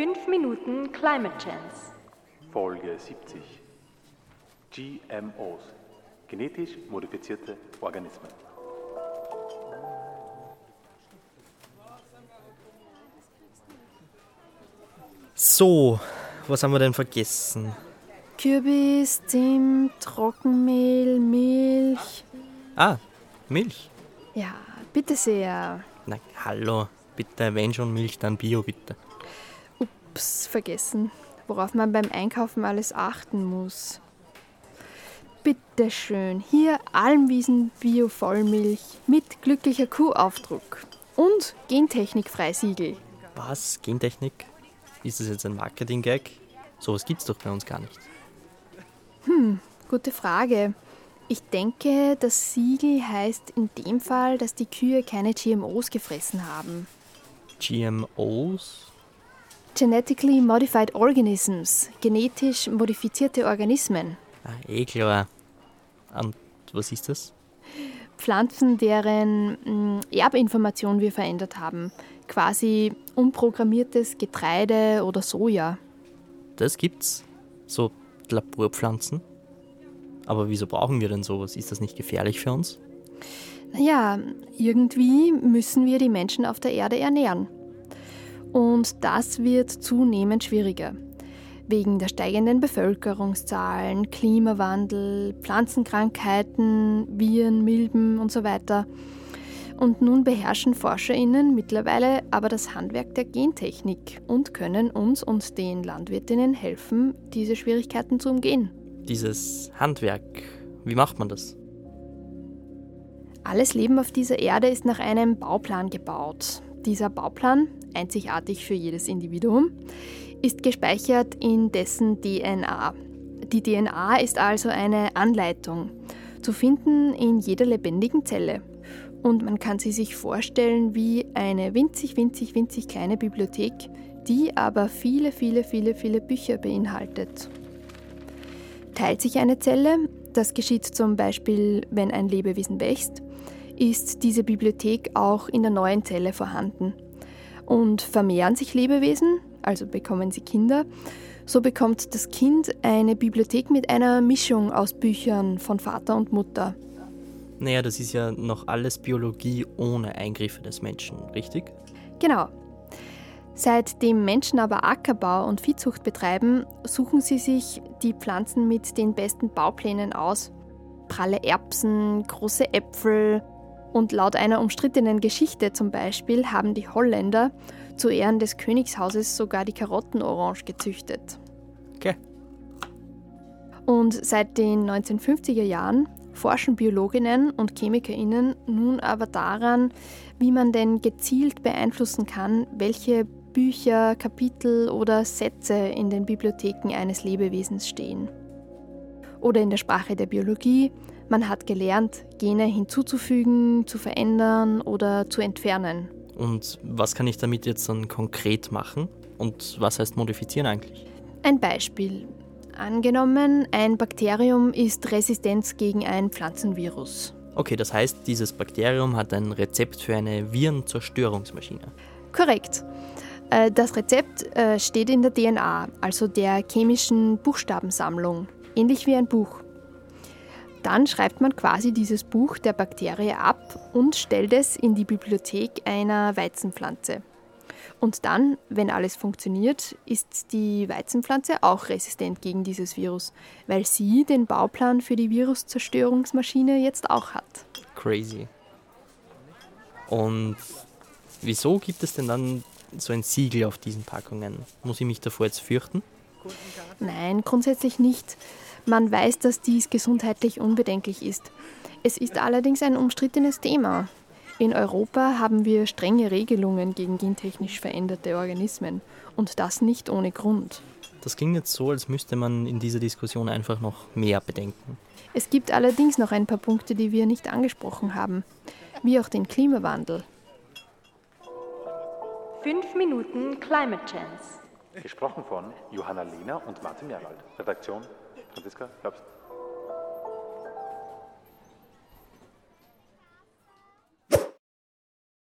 5 Minuten Climate Chance. Folge 70. GMOs. Genetisch modifizierte Organismen. So, was haben wir denn vergessen? Kürbis, Zimt, Trockenmehl, Milch. Ah, Milch. Ja, bitte sehr. Na, hallo, bitte, wenn schon Milch, dann Bio, bitte. Ups, vergessen, worauf man beim Einkaufen alles achten muss. Bitte schön, hier Almwiesen Bio-Vollmilch mit glücklicher Kuhaufdruck und Gentechnik-Freisiegel. Was? Gentechnik? Ist das jetzt ein Marketing-Gag? Sowas gibt's doch bei uns gar nicht. Gute Frage. Ich denke, das Siegel heißt in dem Fall, dass die Kühe keine GMOs gefressen haben. GMOs? Genetically Modified Organisms, genetisch modifizierte Organismen. Ah, klar. Und was ist das? Pflanzen, deren Erbinformation wir verändert haben. Quasi umprogrammiertes Getreide oder Soja. Das gibt's? So Laborpflanzen? Aber wieso brauchen wir denn sowas? Ist das nicht gefährlich für uns? Naja, irgendwie müssen wir die Menschen auf der Erde ernähren. Und das wird zunehmend schwieriger. Wegen der steigenden Bevölkerungszahlen, Klimawandel, Pflanzenkrankheiten, Viren, Milben und so weiter. Und nun beherrschen ForscherInnen mittlerweile aber das Handwerk der Gentechnik und können uns und den Landwirtinnen helfen, diese Schwierigkeiten zu umgehen. Dieses Handwerk, wie macht man das? Alles Leben auf dieser Erde ist nach einem Bauplan gebaut. Dieser Bauplan, einzigartig für jedes Individuum, ist gespeichert in dessen DNA. Die DNA ist also eine Anleitung, zu finden in jeder lebendigen Zelle. Und man kann sie sich vorstellen wie eine winzig kleine Bibliothek, die aber viele Bücher beinhaltet. Teilt sich eine Zelle, das geschieht zum Beispiel, wenn ein Lebewesen wächst, ist diese Bibliothek auch in der neuen Zelle vorhanden. Und vermehren sich Lebewesen, also bekommen sie Kinder, so bekommt das Kind eine Bibliothek mit einer Mischung aus Büchern von Vater und Mutter. Naja, das ist ja noch alles Biologie ohne Eingriffe des Menschen, richtig? Genau. Seitdem Menschen aber Ackerbau und Viehzucht betreiben, suchen sie sich die Pflanzen mit den besten Bauplänen aus. Pralle Erbsen, große Äpfel und laut einer umstrittenen Geschichte zum Beispiel haben die Holländer zu Ehren des Königshauses sogar die Karottenorange gezüchtet. Okay. Und seit den 1950er Jahren forschen Biologinnen und ChemikerInnen nun aber daran, wie man denn gezielt beeinflussen kann, welche Bücher, Kapitel oder Sätze in den Bibliotheken eines Lebewesens stehen. Oder in der Sprache der Biologie, man hat gelernt, Gene hinzuzufügen, zu verändern oder zu entfernen. Und was kann ich damit jetzt dann konkret machen? Und was heißt modifizieren eigentlich? Ein Beispiel. Angenommen, ein Bakterium ist resistent gegen ein Pflanzenvirus. Okay, das heißt, dieses Bakterium hat ein Rezept für eine Virenzerstörungsmaschine. Korrekt. Das Rezept steht in der DNA, also der chemischen Buchstabensammlung, ähnlich wie ein Buch. Dann schreibt man quasi dieses Buch der Bakterie ab und stellt es in die Bibliothek einer Weizenpflanze. Und dann, wenn alles funktioniert, ist die Weizenpflanze auch resistent gegen dieses Virus, weil sie den Bauplan für die Viruszerstörungsmaschine jetzt auch hat. Crazy. Und wieso gibt es denn dann so ein Siegel auf diesen Packungen? Muss ich mich davor jetzt fürchten? Nein, grundsätzlich nicht. Man weiß, dass dies gesundheitlich unbedenklich ist. Es ist allerdings ein umstrittenes Thema. In Europa haben wir strenge Regelungen gegen gentechnisch veränderte Organismen. Und das nicht ohne Grund. Das klingt jetzt so, als müsste man in dieser Diskussion einfach noch mehr bedenken. Es gibt allerdings noch ein paar Punkte, die wir nicht angesprochen haben. Wie auch den Klimawandel. 5 Minuten Climate Chance. Gesprochen von Johanna Lehner und Martin Merwald. Redaktion Franziska Herbst.